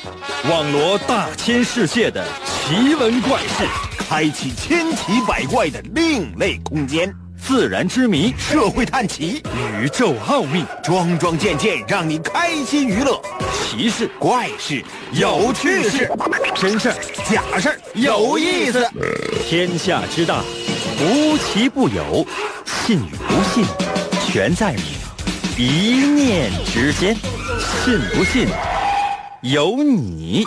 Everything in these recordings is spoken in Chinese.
网罗大千世界的奇闻怪事， 开启千奇百怪的另类空间， 自然之谜， 社会探奇， 宇宙奥秘， 桩桩件件让你开心娱乐， 奇事怪事有趣事， 真事儿假事儿有意思。 天下之大，无奇不有，信与不信，全在你一念之间。信不信由你。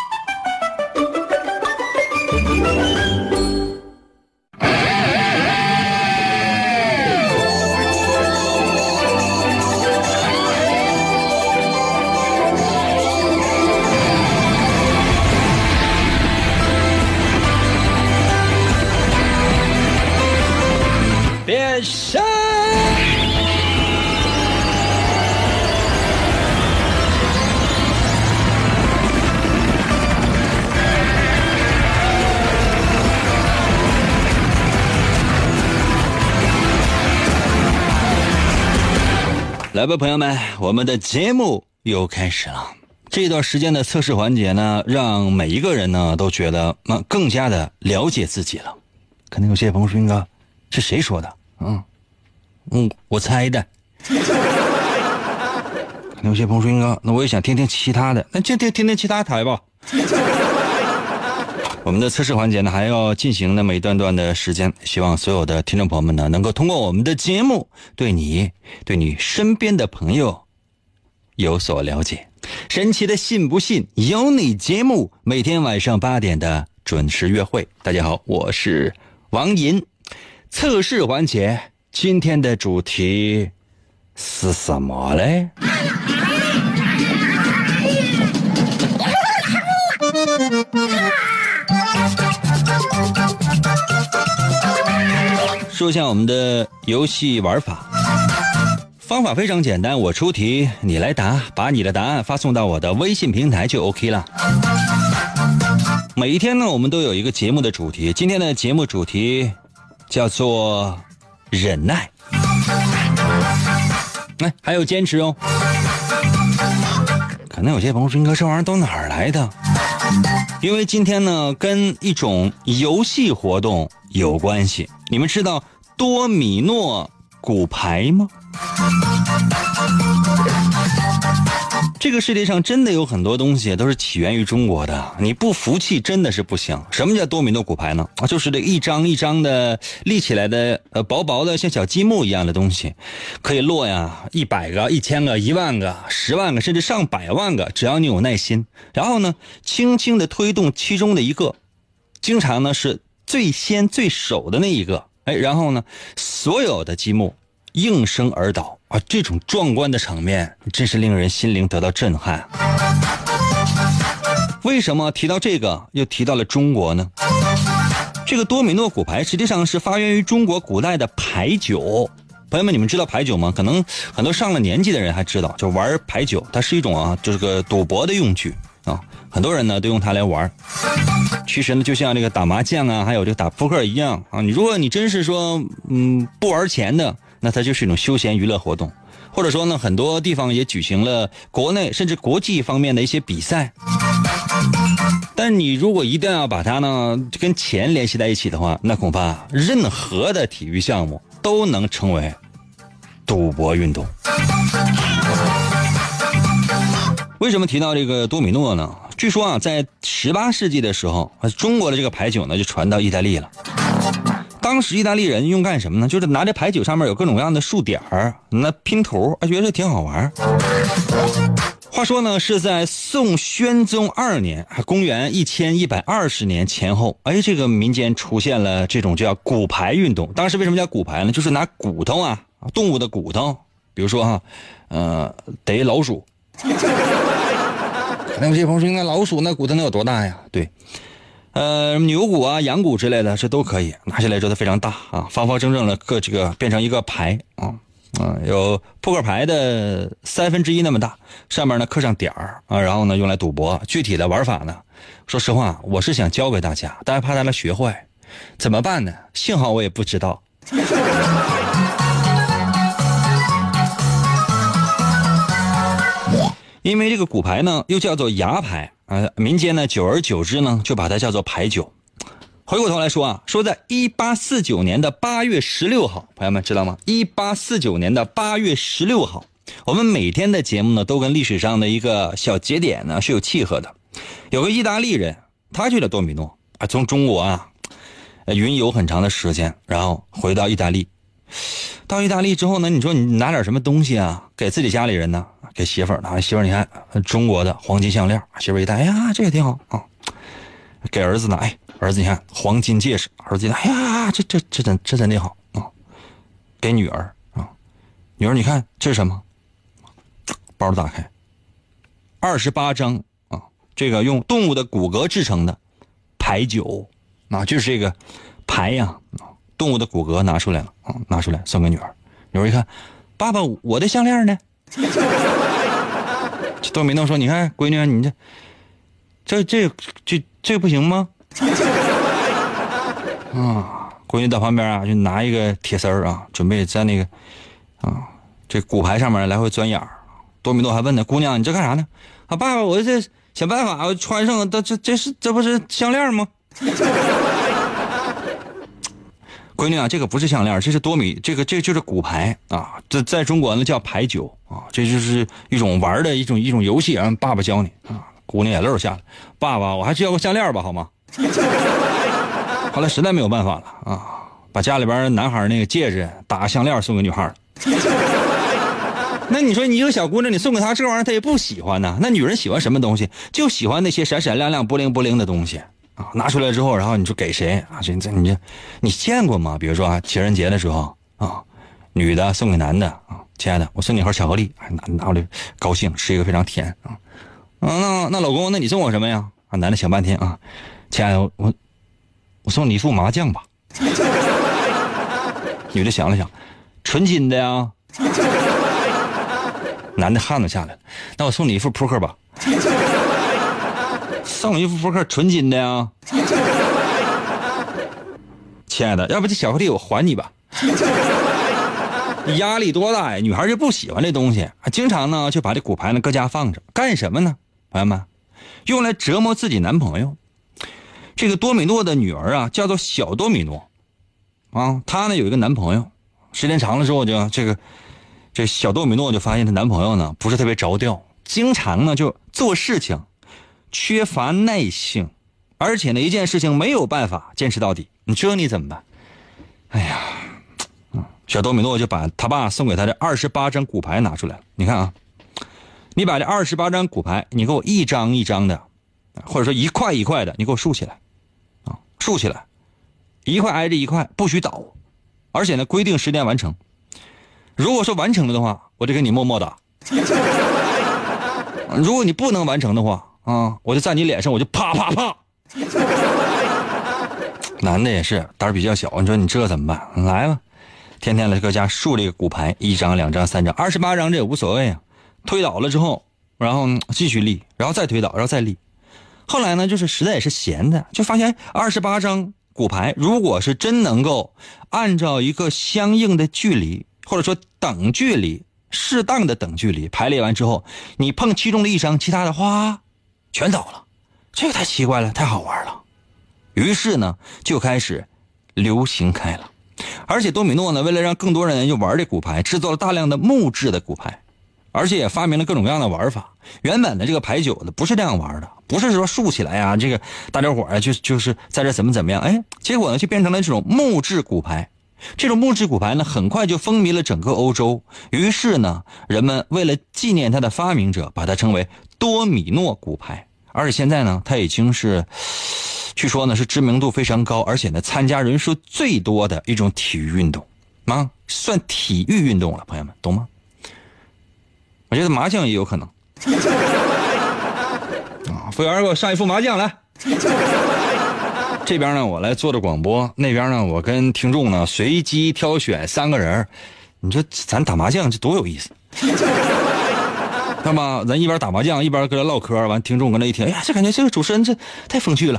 变身。来吧，朋友们，我们的节目又开始了。这段时间的测试环节呢，让每一个人呢都觉得更加的了解自己了。可能有些朋友说，应该是谁说的？我猜的。可能有些朋友说，应该那我也想听听其他的，那就听其他台吧。我们的测试环节呢还要进行那么一段段的时间，希望所有的听众朋友们呢能够通过我们的节目对你身边的朋友有所了解。神奇的信不信有你节目每天晚上8点的准时约会。大家好，我是王银。测试环节今天的主题是什么嘞？说一下我们的游戏玩法，方法非常简单，我出题你来答，把你的答案发送到我的微信平台就 OK 了。每一天呢我们都有一个节目的主题，今天的节目主题叫做忍耐，还有坚持哦。可能有些朋友说，应该这玩意儿都哪儿来的？因为今天呢跟一种游戏活动有关系。你们知道多米诺骨牌吗？这个世界上真的有很多东西都是起源于中国的，你不服气真的是不行。什么叫多米诺骨牌呢？就是这一张一张的立起来的薄薄的像小积木一样的东西，可以落呀100个、1000个、1万个、10万个，甚至上百万个，只要你有耐心。然后呢轻轻的推动其中的一个，经常呢是最先最首的那一个，然后呢所有的积木应声而倒啊！这种壮观的场面真是令人心灵得到震撼。为什么提到这个又提到了中国呢？这个多米诺骨牌实际上是发源于中国古代的牌九。朋友们，你们知道牌九吗？可能很多上了年纪的人还知道，就玩牌九，它是一种就是个赌博的用具啊，很多人呢都用它来玩。其实呢就像这个打麻将啊还有这个打扑克一样啊，如果你真是说不玩钱的，那它就是一种休闲娱乐活动。或者说呢很多地方也举行了国内甚至国际方面的一些比赛。但你如果一定要把它呢跟钱联系在一起的话，那恐怕任何的体育项目都能成为赌博运动。为什么提到这个多米诺呢？据说啊在18世纪的时候，中国的这个牌九呢就传到意大利了。当时意大利人用干什么呢？就是拿着牌九上面有各种各样的数点那拼图，觉得挺好玩。话说呢是在宋宣宗2年，公元1120年前后，这个民间出现了这种叫骨牌运动。当时为什么叫骨牌呢？就是拿骨头啊，动物的骨头，比如说逮老鼠。那有些朋友说，那老鼠那骨头能有多大呀？对，牛骨啊、羊骨之类的，这都可以拿下来之后它非常大啊，方方正正的这个变成一个牌有扑克牌的1/3那么大，上面呢刻上点儿啊，然后呢用来赌博。具体的玩法呢，说实话我是想教给大家，但是怕大家学坏，怎么办呢？幸好我也不知道。因为这个骨牌呢又叫做牙牌民间呢久而久之呢就把它叫做牌九。回过头来说啊，说在1849年的8月16号，朋友们知道吗？1849年的8月16号，我们每天的节目呢都跟历史上的一个小节点呢是有契合的。有个意大利人，他去了多米诺啊，从中国啊云游很长的时间，然后回到意大利。到意大利之后呢，你说你拿点什么东西啊给自己家里人呢？给媳妇儿啊，媳妇儿你看中国的黄金项链，媳妇儿一戴，哎呀这个挺好啊。给儿子呢，哎，儿子你看黄金戒指，儿子一戴，哎呀这真的好啊。给女儿啊，女儿你看这是什么？包打开，28张啊，这个用动物的骨骼制成的牌九啊，就是这个牌呀，动物的骨骼拿出来了啊，拿出来送给女儿。女儿一看，爸爸我的项链呢？这多米诺说，你看闺女你这不行吗？啊，闺女到旁边啊就拿一个铁丝啊，准备在那个啊这骨牌上面来回钻眼儿。多米诺还问呢，姑娘你这干啥呢？啊，爸爸我这想办法我穿上，这不是项链吗？闺女啊，这个不是项链，这是多米，这就是骨牌啊，这在中国呢叫牌九啊，这就是一种玩的一种游戏，让爸爸教你啊。姑娘眼泪下来，爸爸我还是要个项链吧好吗？后来实在没有办法了啊，把家里边男孩那个戒指打项链送给女孩。那你说你一个小姑娘你送给她这玩意儿她也不喜欢呢？那女人喜欢什么东西？就喜欢那些闪闪亮亮不灵不灵的东西啊，拿出来之后然后你说给谁啊？你见过吗？比如说啊情人节的时候啊，女的送给男的啊，亲爱的我送你盒巧克力，拿回来高兴吃一个非常甜啊。那老公那你送我什么呀？啊，男的想半天啊，亲爱的我送你一副麻将吧。女的想了想，纯金的呀。男的汗都下来了，那我送你一副扑克吧。送你一副扑克纯金的呀。亲爱的，要不这巧克力我还你吧。压力多大呀？女孩就不喜欢这东西，经常呢就把这骨牌呢搁家放着，干什么呢？朋友们，用来折磨自己男朋友。这个多米诺的女儿啊，叫做小多米诺啊，她呢有一个男朋友，时间长了之后就这小多米诺就发现她男朋友呢不是特别着调，经常呢就做事情缺乏耐性，而且呢一件事情没有办法坚持到底，你说你怎么办？哎呀，小多米诺就把他爸送给他的28张骨牌拿出来了。你看啊，你把这28张骨牌你给我一张一张的，或者说一块一块的你给我竖起来啊，竖起来，一块挨着一块，不许倒，而且呢规定时间完成。如果说完成了的话，我就给你默默打。如果你不能完成的话啊，我就在你脸上我就啪啪啪。男的也是胆儿比较小，你说你这怎么办？来吧，天天来搁家竖这个骨牌，一张两张三张28张这也无所谓啊。推倒了之后然后继续立，然后再推倒，然后再立。后来呢就是实在也是闲的，就发现28张骨牌如果是真能够按照一个相应的距离，或者说等距离，适当的等距离排列完之后，你碰其中的一张，其他的哗全倒了，这个太奇怪了，太好玩了。于是呢就开始流行开了。而且多米诺呢为了让更多人就玩这骨牌，制作了大量的木质的骨牌，而且也发明了各种各样的玩法。原本的这个牌九的不是这样玩的，不是说竖起来啊，这个大家伙啊就是在这怎么样，哎，结果呢就变成了这种木质骨牌。这种木质骨牌呢很快就风靡了整个欧洲，于是呢人们为了纪念它的发明者，把它称为多米诺骨牌。而且现在呢它已经是据说呢是知名度非常高，而且呢参加人数最多的一种体育运动啊，算体育运动了，朋友们懂吗？我觉得麻将也有可能啊，服务员给我上一副麻将来。这边呢我来做着广播，那边呢我跟听众呢随机挑选3个人，你说咱打麻将这多有意思。那么咱一边打麻将一边跟他唠嗑，完听众跟他一听，哎呀，这感觉这个主持人这太风趣了。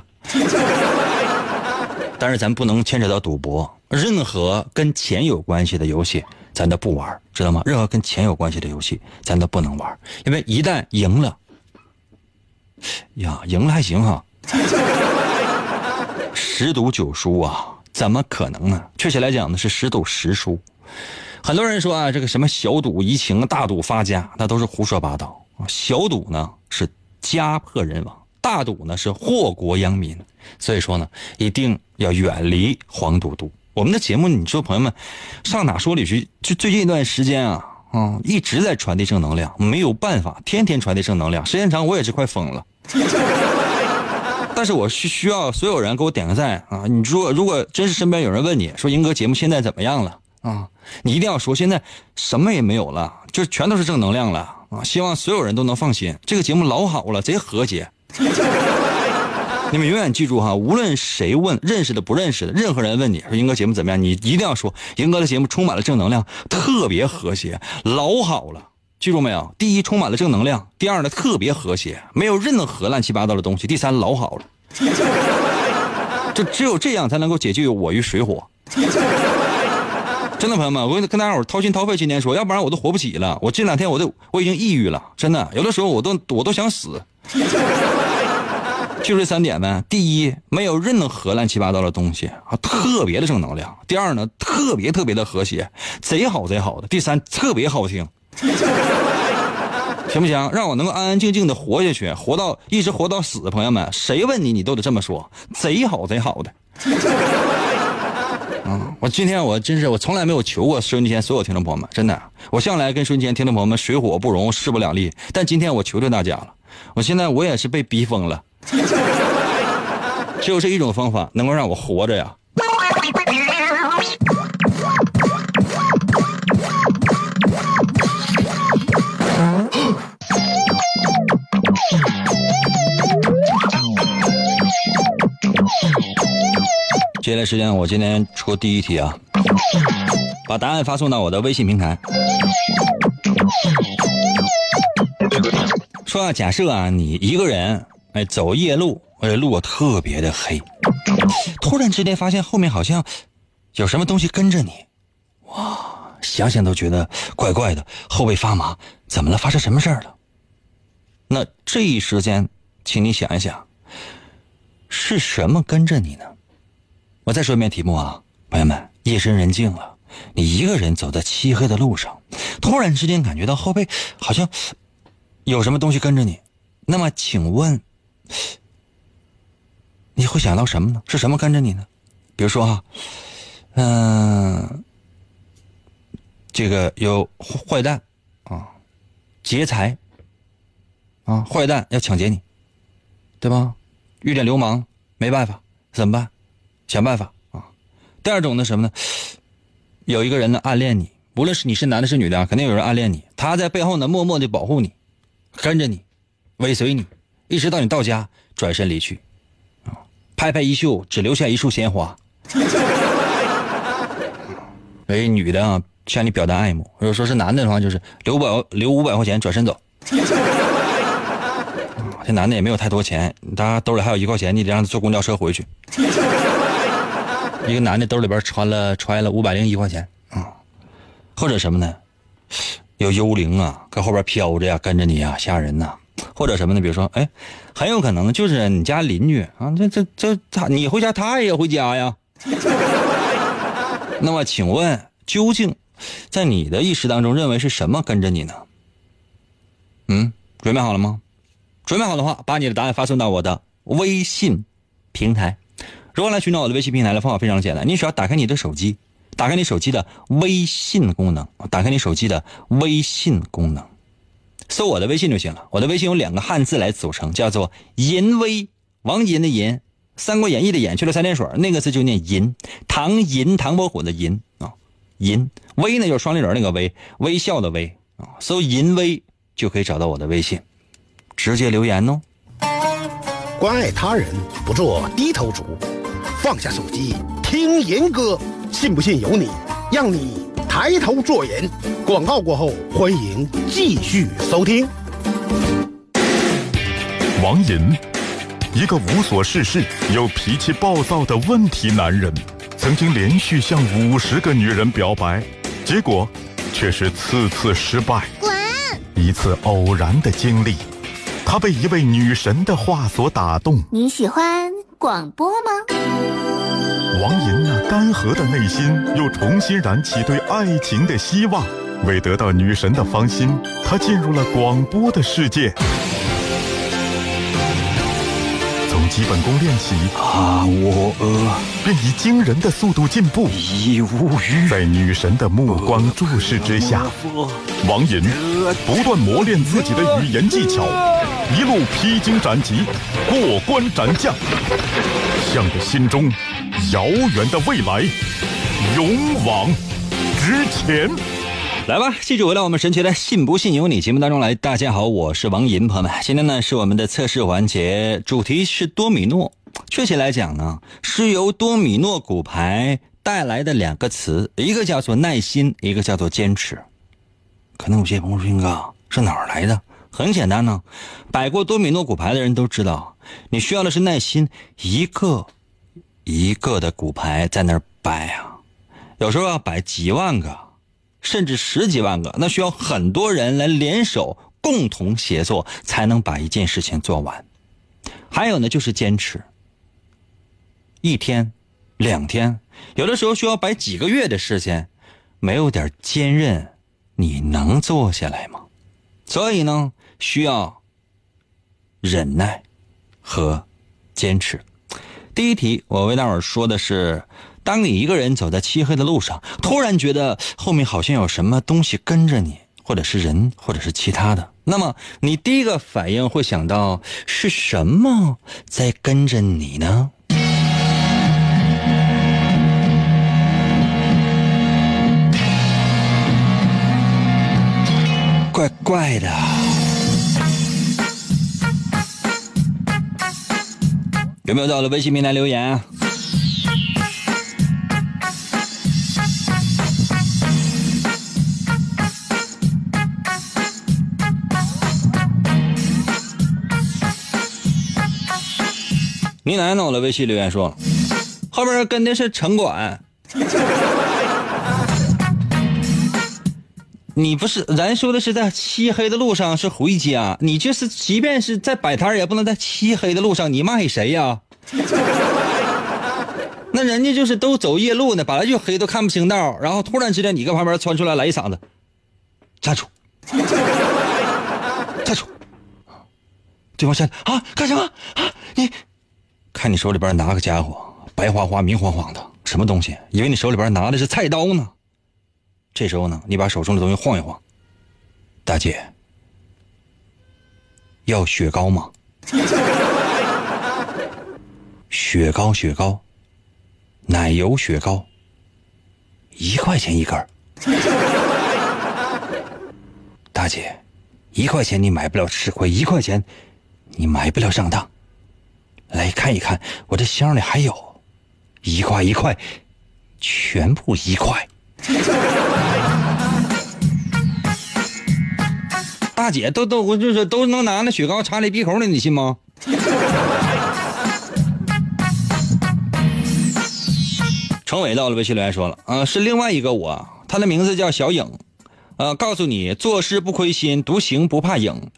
但是咱不能牵扯到赌博，任何跟钱有关系的游戏咱都不玩，知道吗？任何跟钱有关系的游戏咱都不能玩，因为一旦赢了呀，赢了还行哈。10赌9输啊，怎么可能呢？确切来讲呢是10赌10输。很多人说啊，这个什么小赌怡情，大赌发家，那都是胡说八道。小赌呢是家破人亡，大赌呢是祸国殃民。所以说呢，一定要远离黄赌毒。我们的节目，你说朋友们，上哪说理去？就最近一段时间啊，一直在传递正能量，没有办法，天天传递正能量，时间长我也是快疯了。但是我需要所有人给我点个赞啊！你如果真是身边有人问你说英哥节目现在怎么样了啊，你一定要说现在什么也没有了，就全都是正能量了啊！希望所有人都能放心，这个节目老好了，贼和谐。你们永远记住哈，无论谁问，认识的不认识的，任何人问你说英哥节目怎么样，你一定要说英哥的节目充满了正能量，特别和谐，老好了。记住没有？第一，充满了正能量；第二呢，特别和谐，没有任何乱七八糟的东西；第三，老好了。就只有这样才能够解救我于水火。真的朋友们，我跟大家伙掏心掏肺今天说，要不然我都活不起了。我这2天我已经抑郁了，真的，有的时候我都想死。就这3点呗。第一，没有任何乱七八糟的东西啊，特别的正能量；第二呢，特别的和谐，贼好的；第三，特别好听。行不行？让我能够安安静静的活下去，一直活到死。朋友们，谁问你都得这么说，贼好的。我今天我从来没有求过收音机前所有听众朋友们，真的，我向来跟收音机前听众朋友们水火不容，势不两立。但今天我求大家了，现在我也是被逼疯了，只有这一种方法能够让我活着呀。接下来时间，我今天出第一题啊，把答案发送到我的微信平台。说啊，假设啊，你一个人走夜路，路特别的黑，突然之间发现后面好像有什么东西跟着你，哇，想想都觉得怪怪的，后背发麻，怎么了？发生什么事儿了？那这一时间，请你想一想，是什么跟着你呢？我再说一遍题目啊，朋友们，夜深人静了，你一个人走在漆黑的路上，突然之间感觉到后背好像有什么东西跟着你，那么请问你会想到什么呢？是什么跟着你呢？比如说这个有坏蛋啊，劫财啊，坏蛋要抢劫你，对吧？遇见流氓没办法，怎么办？想办法啊。第二种呢什么呢？有一个人呢暗恋你，无论是你是男的是女的，肯定有人暗恋你，他在背后呢默默地保护你，跟着你，尾随你，一直到你到家转身离去啊，拍拍衣袖，只留下一束鲜花。女的啊向你表达爱慕，如果说是男的的话，就是留500块钱转身走。这男的也没有太多钱，他兜里还有1块钱，你得让他坐公交车回去。一个男的兜里边揣了501块钱啊，或者什么呢？有幽灵啊，搁后边飘着呀，跟着你啊，吓人呐。或者什么呢？比如说，很有可能就是你家邻居啊，你回家，他也回家呀。那么，请问，究竟在你的意识当中认为是什么跟着你呢？准备好了吗？准备好的话，把你的答案发送到我的微信平台。如何来寻找我的微信平台的方法非常简单，你只要打开你的手机，打开你手机的微信功能，搜我的微信就行了。我的微信有2个汉字来组成，叫做淫微，王银的银，三国演义的演去了3点水，那个字就念淫，唐伯虎的淫啊，淫。微呢就是双立人那个微，微笑的微啊，搜淫微就可以找到我的微信，直接留言哦。 关爱他人，不做低头族，放下手机听严歌，信不信由你，让你抬头做人。广告过后，欢迎继续收听。 王银，一个无所事事又脾气暴躁的问题男人，曾经连续向50个女人表白，结果却是次次失败。 滚！ 一次偶然的经历， 他被一位女神的话所打动。 你喜欢广播吗？ 王银那干涸的内心又重新燃起对爱情的希望。为得到女神的芳心，他进入了广播的世界。从基本功练起，便以惊人的速度进步。 已无语。 在女神的目光注视之下，王银不断磨练自己的语言技巧，一路披荆斩棘，过关斩将，向着心中遥远的未来勇往直前。 来吧，继续回到我们神奇的信不信由你节目当中来。大家好，我是王银，朋友们，今天呢是我们的测试环节，主题是多米诺。确切来讲呢，是由多米诺骨牌带来的两个词，一个叫做耐心，一个叫做坚持。可能有些朋友说，英哥是哪儿来的？很简单呢，摆过多米诺骨牌的人都知道，你需要的是耐心，一个一个的骨牌在那儿摆啊，有时候要摆几万个甚至十几万个，那需要很多人来联手共同协作才能把一件事情做完。还有呢，就是坚持，一天两天，有的时候需要摆几个月的时间，没有点坚韧你能做下来吗？所以呢，需要忍耐和坚持。第一题我为大伙儿说的是，当你一个人走在漆黑的路上，突然觉得后面好像有什么东西跟着你，或者是人，或者是其他的，那么你第一个反应会想到是什么在跟着你呢？怪怪的。有没有到了微信平台留言啊？你奶奶我的微信留言说，后边跟的是城管。你不是，咱说的是在漆黑的路上是回家，你就是即便是在摆摊也不能在漆黑的路上，你骂谁呀？那人家就是都走夜路呢，本来就黑都看不清道，然后突然之间你搁旁边窜出来一嗓子，站住，站住！对方站啊，干什么啊？你看你手里边拿个家伙，白花花明晃晃的，什么东西？以为你手里边拿的是菜刀呢。这时候呢，你把手中的东西晃一晃，大姐，要雪糕吗？雪糕，雪糕，奶油雪糕，1块钱一根。大姐，1块钱你买不了吃亏，1块钱你买不了上当。来看一看，我这箱里还有1块1块，全部1块。大姐我就是都能拿那雪糕插你鼻孔里，你信吗？程伟到了微信留言说了，是另外一个我，他的名字叫小影，告诉你做事不亏心，独行不怕影。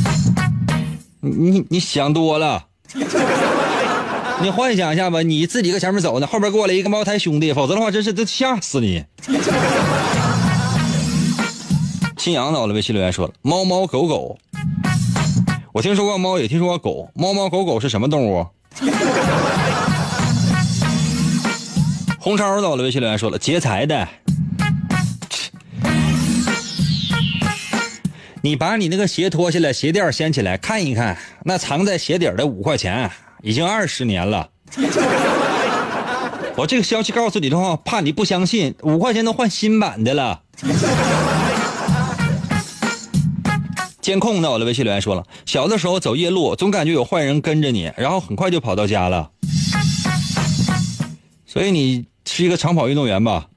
你想多了。你幻想一下吧，你自己搁前面走呢，后边过来一个茅台兄弟，否则的话真是都吓死你。新阳到了微信留言说了，猫猫狗狗，我听说过猫也听说过狗，猫猫狗狗是什么动物？红超到了微信留言说了，劫财的。你把你那个鞋脱下来，鞋垫掀起来看一看，那藏在鞋底的5块钱已经20年了。我这个消息告诉你的话，怕你不相信，5块钱都换新版的了。监控到了微信留言说了，小的时候走夜路，总感觉有坏人跟着你，然后很快就跑到家了。所以你是一个长跑运动员吧？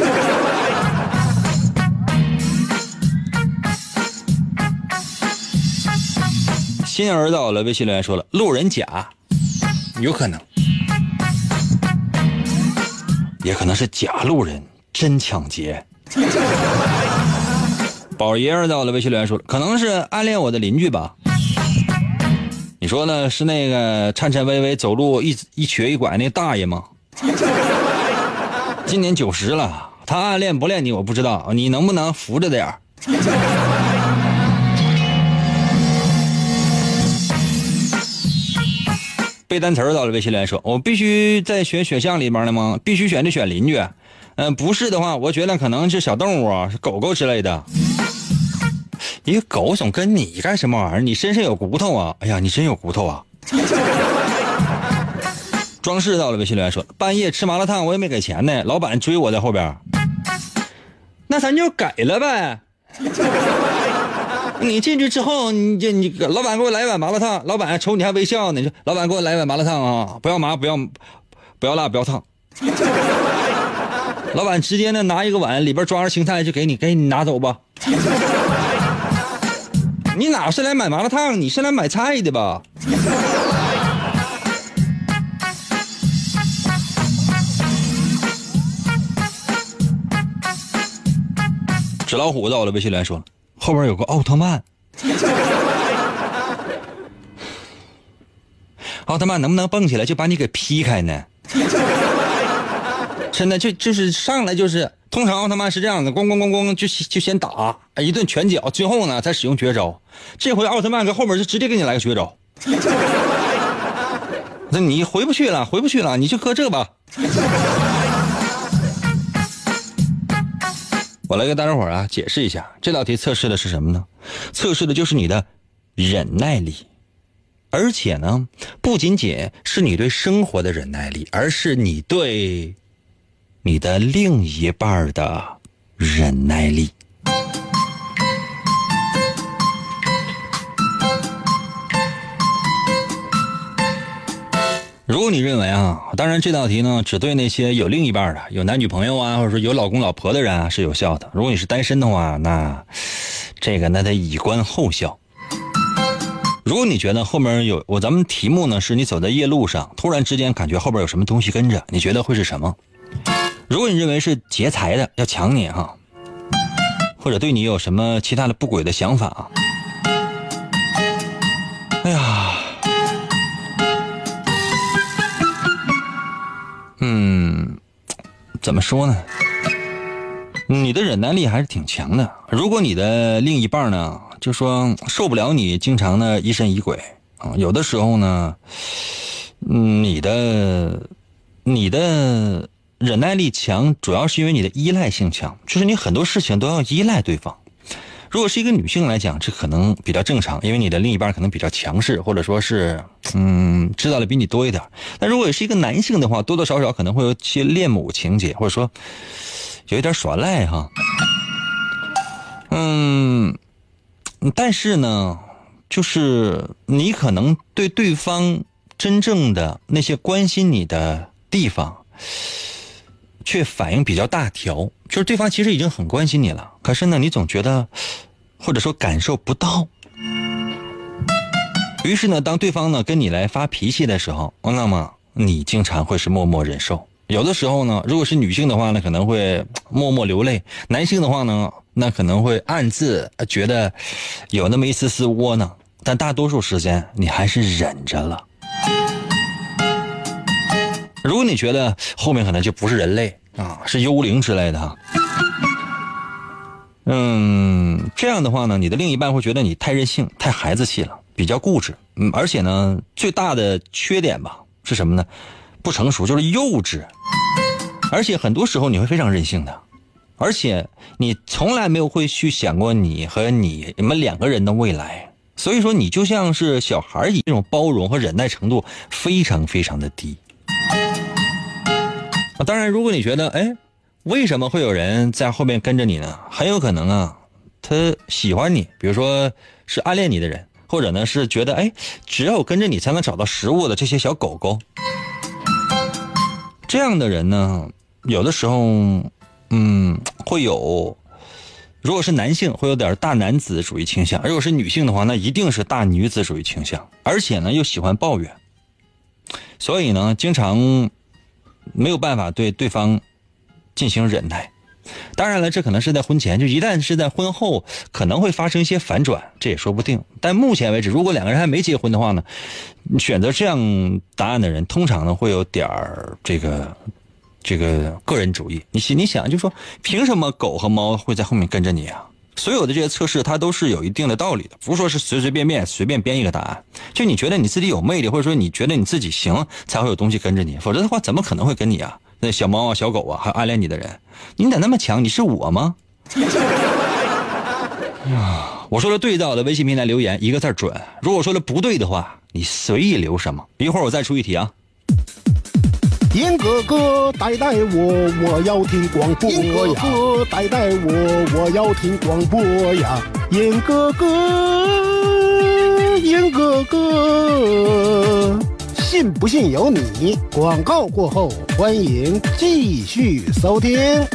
新儿到了微信留言说了，路人甲，有可能，也可能是假路人，真抢劫。宝爷儿到了微信留言说了，可能是暗恋我的邻居吧。 你说呢？是那个颤颤巍巍走路一瘸一拐那大爷吗？今年90了，他暗恋不恋你我不知道，你能不能扶着点儿？背单词到了，微信来说，我必须在选项里面了吗？必须选就选邻居。不是的话，我觉得可能是小动物啊，是狗狗之类的。一个狗总跟你干什么玩意儿？你身上有骨头啊！哎呀，你真有骨头啊！装饰到了，微信来说，半夜吃麻辣烫我也没给钱呢，老板追我在后边。那咱就给了呗。你进去之后，你老板给我来一碗麻辣烫，老板瞅你还微笑呢，你说老板给我来一碗麻辣烫啊，不要麻，不要辣，不要烫。老板直接呢拿一个碗，里边装着青菜就给你拿走吧。你哪是来买麻辣烫，你是来买菜的吧？纸老虎到了，微信来说后边有个奥特曼。奥特曼能不能蹦起来就把你给劈开呢？真的就是上来就是，通常奥特曼是这样的，咣咣咣咣就先打一顿拳脚，最后呢再使用绝招。这回奥特曼搁后面就直接给你来个绝招。那你回不去了，你就喝这吧。我来给大家伙啊解释一下，这道题测试的是什么呢？测试的就是你的忍耐力，而且呢，不仅仅是你对生活的忍耐力，而是你对你的另一半的忍耐力。如果你认为啊，当然这道题呢只对那些有另一半的、有男女朋友啊，或者说有老公老婆的人啊是有效的。如果你是单身的话，那这个那得以观后效。如果你觉得后面有咱们题目呢是你走在夜路上，突然之间感觉后边有什么东西跟着，你觉得会是什么？如果你认为是劫财的要抢你哈，或者对你有什么其他的不轨的想法啊，哎呀，怎么说呢？你的忍耐力还是挺强的。如果你的另一半呢，就说受不了你经常的疑神疑鬼啊，有的时候呢，你的忍耐力强，主要是因为你的依赖性强，就是你很多事情都要依赖对方。如果是一个女性来讲，这可能比较正常，因为你的另一半可能比较强势，或者说是知道的比你多一点。但如果是一个男性的话，多多少少可能会有些恋母情节，或者说有一点耍赖哈。但是呢，就是你可能对对方真正的那些关心你的地方却反应比较大条，就是对方其实已经很关心你了，可是呢你总觉得或者说感受不到。于是呢当对方呢跟你来发脾气的时候，那么你经常会是默默忍受。有的时候呢，如果是女性的话呢，可能会默默流泪；男性的话呢，那可能会暗自觉得有那么一丝丝窝囊，但大多数时间你还是忍着了。如果你觉得后面可能就不是人类啊，是幽灵之类的，这样的话呢，你的另一半会觉得你太任性、太孩子气了，比较固执。而且呢，最大的缺点吧是什么呢？不成熟，就是幼稚。而且很多时候你会非常任性的，而且你从来没有会去想过你和你们两个人的未来。所以说你就像是小孩一样，这种包容和忍耐程度非常非常的低。当然如果你觉得为什么会有人在后面跟着你呢？很有可能啊，他喜欢你，比如说是暗恋你的人，或者呢是觉得只有跟着你才能找到食物的这些小狗狗。这样的人呢，有的时候会有，如果是男性会有点大男子主义倾向，如果是女性的话，那一定是大女子主义倾向，而且呢又喜欢抱怨，所以呢经常没有办法对对方进行忍耐。 当然了，这可能是在婚前，就一旦是在婚后可能会发生一些反转，这也说不定。但目前为止，如果两个人还没结婚的话呢，选择这样答案的人通常呢会有点这个个人主义。你想就说凭什么狗和猫会在后面跟着你啊？所有的这些测试它都是有一定的道理的，不是说是随便编一个答案。就你觉得你自己有魅力，或者说你觉得你自己行，才会有东西跟着你，否则的话怎么可能会跟你啊？那小猫啊小狗啊还暗恋你的人，你咋那么强？你是我吗？我说的对到的微信平台留言一个字准，如果说的不对的话你随意留什么。一会儿我再出一题啊。 严哥哥带我要听广播呀！严哥哥带我要听广播呀！严哥哥，信不信由你。广告过后，欢迎继续收听。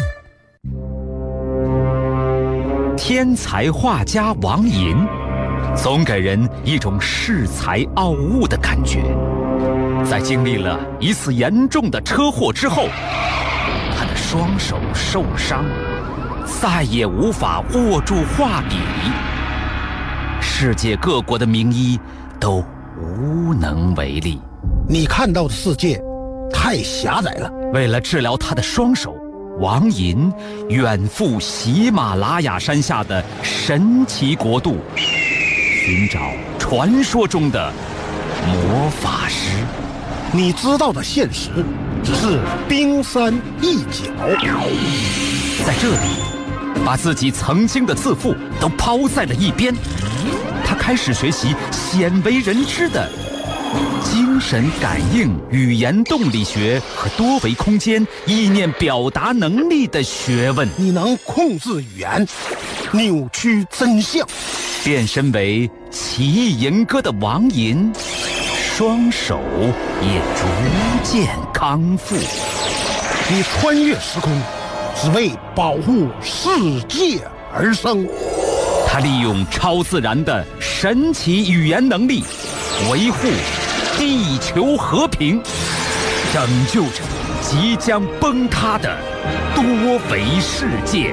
天才画家王寅，总给人一种恃才傲物的感觉。在经历了一次严重的车祸之后，他的双手受伤，再也无法握住画笔。世界各国的名医都无能为力。 你看到的世界太狭窄了。 为了治疗他的双手，王寅远赴喜马拉雅山下的神奇国度，寻找传说中的魔法师。 你知道的现实只是冰山一角。 在这里，把自己曾经的自负都抛在了一边，他开始学习鲜为人知的精神感应、语言动力学和多维空间意念表达能力的学问。 你能控制语言，扭曲真相， 变身为奇异吟歌的王寅，双手也逐渐康复。 你穿越时空，只为保护世界而生。 他利用超自然的神奇语言能力，维护地球和平，拯救着即将崩塌的多维世界。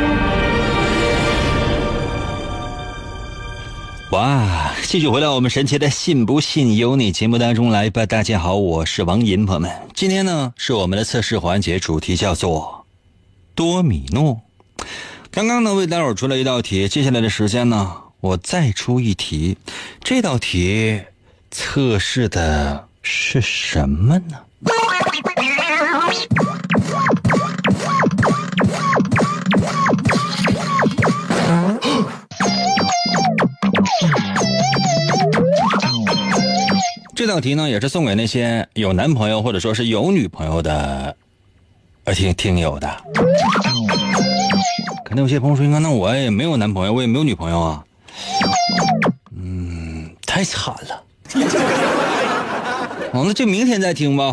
哇，继续回到我们神奇的信不信由你节目当中来吧。大家好，我是王寅，朋友们，今天呢是我们的测试环节，主题叫做多米诺。刚刚呢为大伙出了一道题，接下来的时间呢我再出一题。这道题测试的是什么呢？这道题呢也是送给那些有男朋友或者说是有女朋友的听友的。可能有些朋友说，那我也没有男朋友，我也没有女朋友啊。太惨了。那就明天再听吧。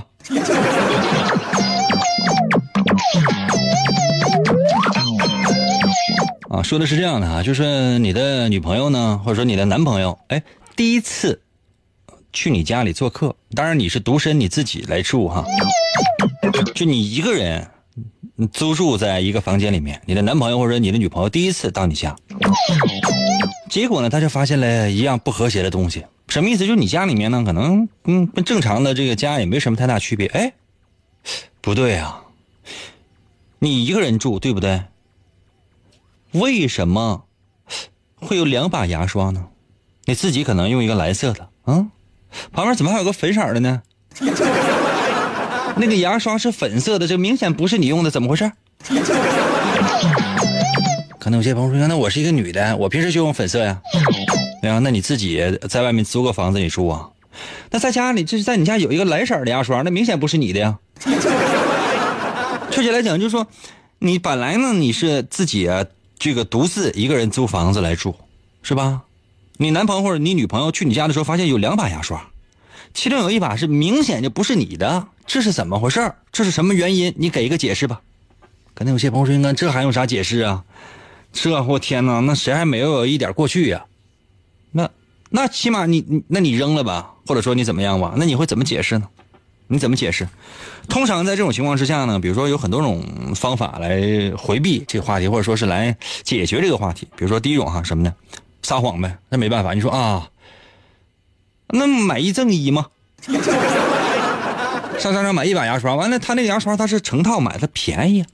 说的是这样的就是你的女朋友呢，或者说你的男朋友，第一次去你家里做客，当然你是独身，你自己来住哈，就你一个人租住在一个房间里面，你的男朋友或者你的女朋友第一次到你家，结果呢他就发现了一样不和谐的东西。什么意思？就是你家里面呢可能跟正常的这个家也没什么太大区别。不对啊，你一个人住对不对？为什么会有2把牙刷呢？你自己可能用一个蓝色的，旁边怎么还有个粉色的呢？那个牙刷是粉色的，这明显不是你用的，怎么回事？可能有些朋友说，那我是一个女的，我平时就用粉色呀。对啊，那你自己在外面租个房子里住啊？那在家里，就是在你家有一个蓝色的牙刷，那明显不是你的呀。确切来讲，就是说，你本来呢你是自己这个独自一个人租房子来住，是吧？你男朋友或者你女朋友去你家的时候，发现有2把牙刷，其中有一把是明显就不是你的，这是怎么回事？这是什么原因？你给一个解释吧。可能有些朋友说，这还用啥解释啊？我天哪，那谁还没有一点过去呀？那起码你扔了吧，或者说你怎么样吧？那你会怎么解释呢？ 你怎么解释？通常在这种情况之下呢，比如说有很多种方法来回避这个话题，或者说是来解决这个话题。比如说第一种哈，什么呢？撒谎呗，那没办法，你说啊，那买一赠一吗？上商场买一把牙刷，完了他那个牙刷他是成套买，他便宜啊，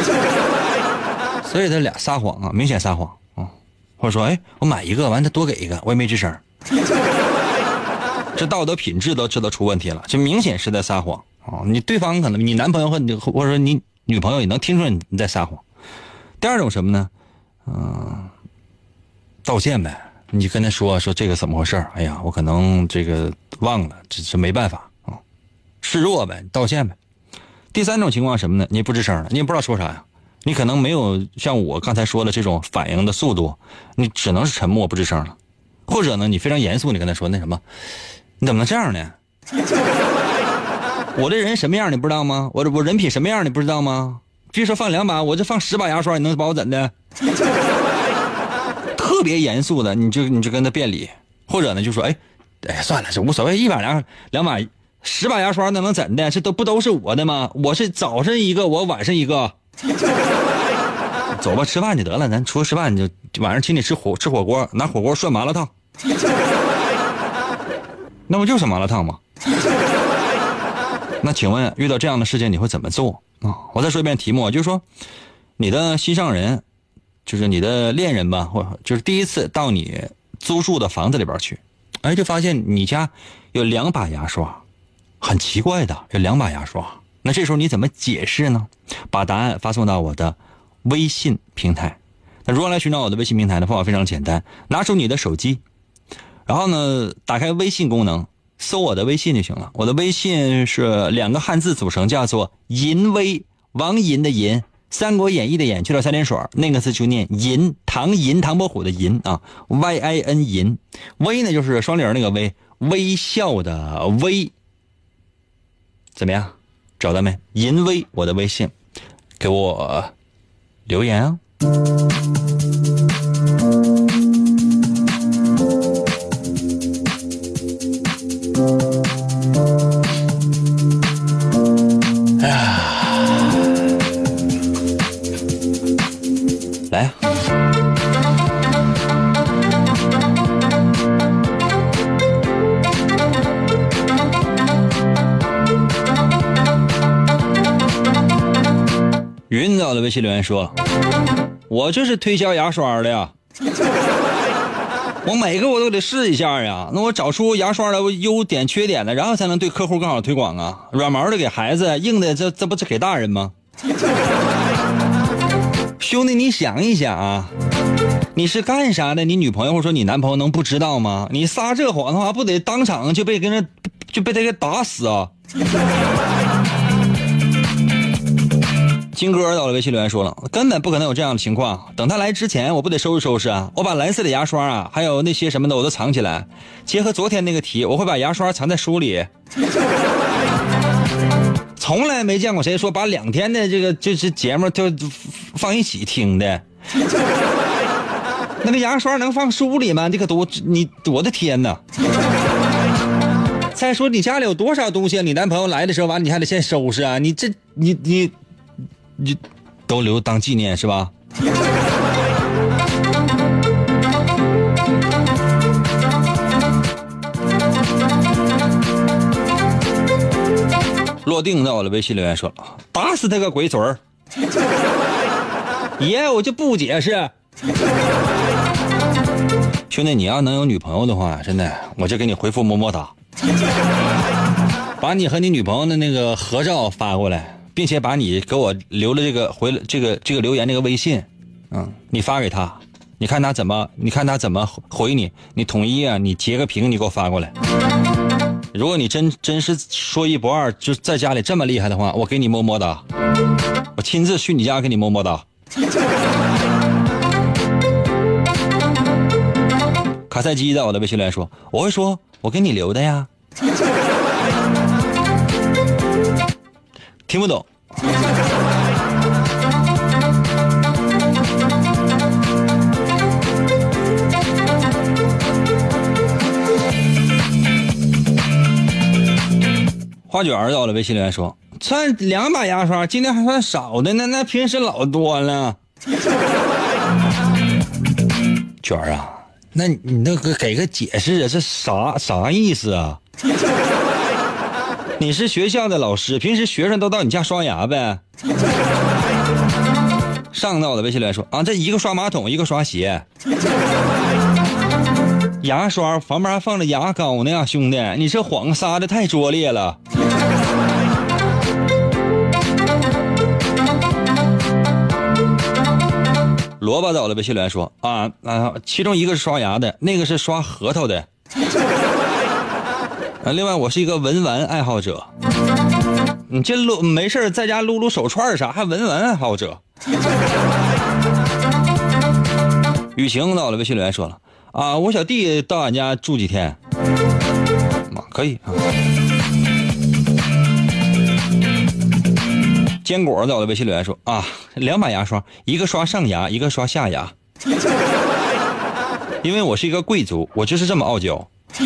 所以他俩撒谎啊，明显撒谎啊，或者说哎我买一个，完了他多给一个，我也没吱声，这道德品质都知道出问题了，这明显是在撒谎啊！你对方可能你男朋友或者说你女朋友也能听出你在撒谎。第二种什么呢？道歉呗，你跟他说这个怎么回事？哎呀，我可能这个忘了，这是没办法啊，示弱呗，道歉呗。第三种情况什么呢？你不吱声了，你也不知道说啥呀，你可能没有像我刚才说的这种反应的速度，你只能是沉默不吱声了，或者呢，你非常严肃，你跟他说那什么，你怎么能这样呢？我这人什么样你不知道吗？我人品什么样你不知道吗？比如说放2把，我这放10把牙刷，你能把我怎的？特别严肃的，你就跟他辩理，或者呢就说哎算了，这无所谓，1把2把10把牙刷那能怎的？这不都是我的吗？我是早上一个，我晚上一个。走吧，吃饭就得了，咱出去吃饭，你就晚上请你吃火锅，拿火锅涮麻辣烫。那不就是麻辣烫吗？那请问遇到这样的事情你会怎么做啊？我再说一遍题目，就是说你的心上人，就是你的恋人吧，或者就是第一次到你租住的房子里边去，哎，就发现你家有2把牙刷，很奇怪的，有2把牙刷。那这时候你怎么解释呢？把答案发送到我的微信平台。那如何来寻找我的微信平台的方法非常简单，拿出你的手机，然后呢打开微信功能，搜我的微信就行了。我的微信是2个汉字组成，叫做银微，王银的银，三国演义的演去了3点水，那个字就念银，唐银，唐伯虎的银啊 ，YIN 银。微呢就是双零那个微，微笑的微。怎么样？找到没？银微，我的微信，给我留言啊。来啊！云到的微信留言说：“我就是推销牙刷的呀，我每个我都得试一下呀。那我找出牙刷的优点缺点的，然后才能对客户更好推广啊。软毛的给孩子，硬的这不是给大人吗？兄弟，你想一想啊，你是干啥的？你女朋友或者说你男朋友能不知道吗？你撒这谎的话，不得当场就被他给打死啊！”金哥到了微信留言说了，根本不可能有这样的情况，等他来之前我不得收拾收拾啊，我把蓝色的牙刷啊还有那些什么的我都藏起来，结合昨天那个题，我会把牙刷藏在书里。从来没见过谁说把2天的这个就是节目就放一起听的。那个牙刷能放书里吗？这个我的天哪！再说你家里有多少东西啊？你男朋友来的时候完你还得先收拾啊，你都留当纪念是吧？落定在我的微信留言说，打死他个鬼嘴儿！爷我就不解释。兄弟，你要能有女朋友的话，真的我就给你回复么么哒，把你和你女朋友的那个合照发过来，并且把你给我留了这个这个留言这个微信，你发给他，你看他怎么回你，你统一啊，你截个屏你给我发过来。如果你真是说一不二，就在家里这么厉害的话，我给你么么哒，我亲自去你家给你么么哒。卡塞基在我的微信留言说，我会说我给你留的呀。听不懂。 花卷到了微信留言说，算2把牙刷，今天还算少的呢，那平时老多了。卷啊，那你那个给个解释啊，这啥意思啊？你是学校的老师，平时学生都到你家刷牙呗？上到了微信留言说啊，这一个刷马桶，一个刷鞋。牙刷旁边还放着牙膏呢呀，兄弟，你这谎撒的太拙劣了。萝卜到了微信留言说其中一个是刷牙的，那个是刷核桃的。另外我是一个文玩爱好者。你这没事在家撸手串啥，还文玩爱好者。雨晴到了微信留言说了我小弟到俺家住几天。可以啊。坚果到了微信留言说2把牙刷，一个刷上牙，一个刷下牙。因为我是一个贵族，我就是这么傲娇。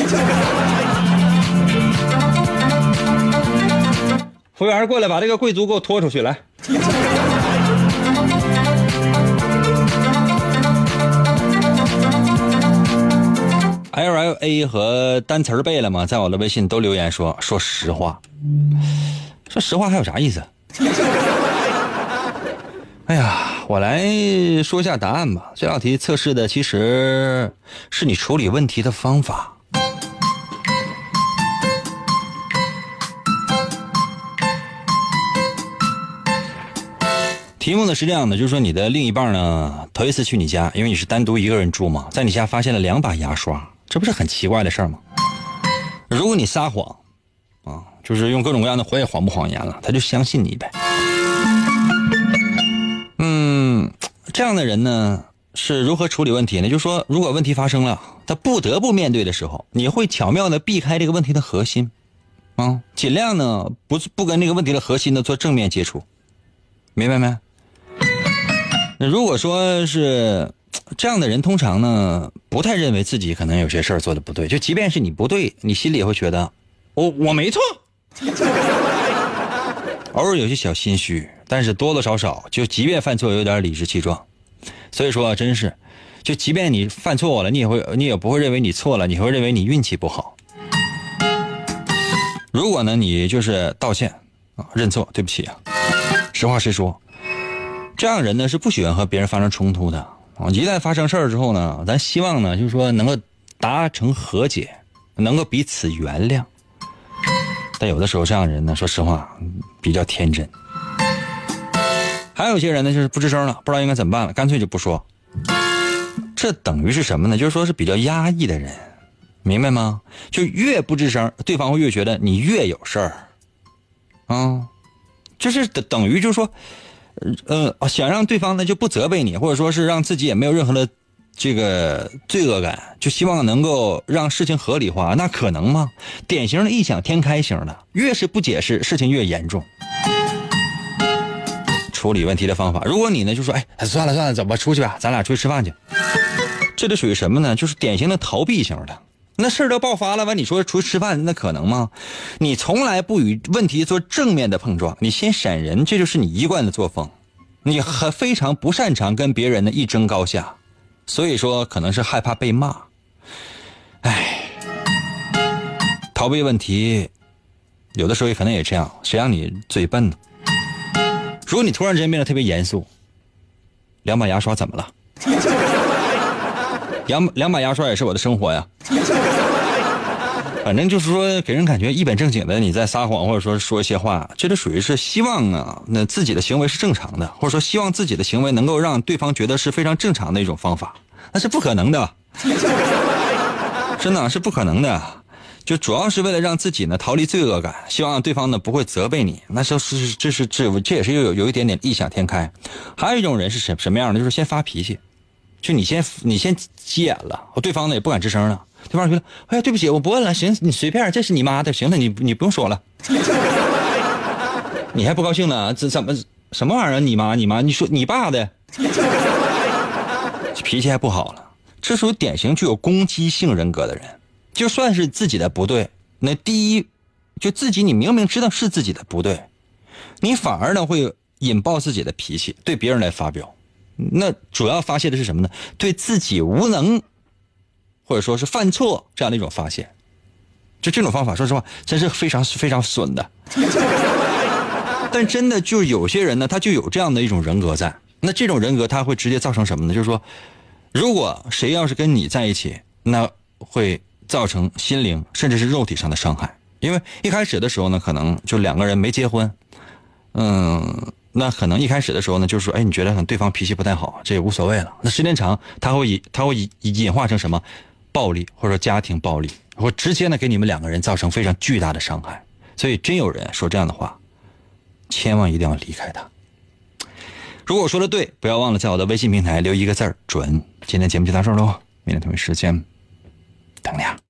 服务员过来把这个贵族给我拖出去来。LLA 和单词背了吗？在我的微信都留言说实话。说实话还有啥意思？哎呀，我来说一下答案吧。这道题测试的其实是你处理问题的方法。题目呢是这样的，就是说你的另一半呢头一次去你家，因为你是单独一个人住嘛，在你家发现了2把牙刷，这不是很奇怪的事儿吗？如果你撒谎就是用各种各样的谎言不谎言了，他就相信你呗。这样的人呢是如何处理问题呢？就是说如果问题发生了，他不得不面对的时候，你会巧妙的避开这个问题的核心尽量呢不跟这个问题的核心呢做正面接触，明白没？如果说是这样的人，通常呢不太认为自己可能有些事儿做的不对，就即便是你不对，你心里也会觉得我没错。偶尔有些小心虚，但是多多少少就即便犯错有点理直气壮。所以说真是就即便你犯错了，你也不会认为你错了，你会认为你运气不好。如果呢你就是道歉认错，对不起实话实说，这样人呢是不喜欢和别人发生冲突的一旦发生事儿之后呢，咱希望呢就是说能够达成和解，能够彼此原谅。但有的时候这样人呢说实话比较天真。还有些人呢就是不吱声了，不知道应该怎么办了，干脆就不说。这等于是什么呢？就是说是比较压抑的人，明白吗？就越不吱声，对方会越觉得你越有事儿就是等于就是说想让对方呢就不责备你，或者说是让自己也没有任何的这个罪恶感，就希望能够让事情合理化，那可能吗？典型的异想天开型的，越是不解释事情越严重。处理问题的方法，如果你呢就说算了走吧，出去吧，咱俩出去吃饭去，这就属于什么呢？就是典型的逃避型的。那事儿都爆发了吧，你说出去吃饭那可能吗？你从来不与问题做正面的碰撞，你先闪人，这就是你一贯的作风。你非常不擅长跟别人的一争高下，所以说可能是害怕被骂。逃避问题有的时候也可能也这样，谁让你嘴笨呢？如果你突然之间变得特别严肃，2把牙刷怎么了？2把牙刷也是我的生活呀。反正就是说给人感觉一本正经的你在撒谎，或者说说一些话，这就属于是希望那自己的行为是正常的，或者说希望自己的行为能够让对方觉得是非常正常的一种方法，那是不可能的。真的是不可能的。就主要是为了让自己呢逃离罪恶感，希望对方呢不会责备你，那这也是有一点点异想天开。还有一种人是什么样的，就是先发脾气，就你先急眼了，对方呢也不敢吱声了，对方觉得对不起我不问了，行你随便，这是你妈的，行了你不用说了。你还不高兴呢？这怎么什么玩意儿？你妈你说你爸的，脾气还不好了，这属于典型具有攻击性人格的人。就算是自己的不对，那第一就自己你明明知道是自己的不对，你反而呢会引爆自己的脾气，对别人来发飙。那主要发泄的是什么呢？对自己无能或者说是犯错这样的一种发泄。就这种方法说实话真是非常非常损的。但真的就有些人呢，他就有这样的一种人格在。那这种人格他会直接造成什么呢？就是说如果谁要是跟你在一起，那会造成心灵甚至是肉体上的伤害。因为一开始的时候呢，可能就两个人没结婚，那可能一开始的时候呢，就是说，哎，你觉得对方脾气不太好，这也无所谓了。那时间长，他会演化成什么暴力，或者家庭暴力，或直接呢给你们两个人造成非常巨大的伤害。所以真有人说这样的话，千万一定要离开他。如果我说的对，不要忘了在我的微信平台留一个字儿准。今天节目就到这儿喽，明天同一时间等你啊。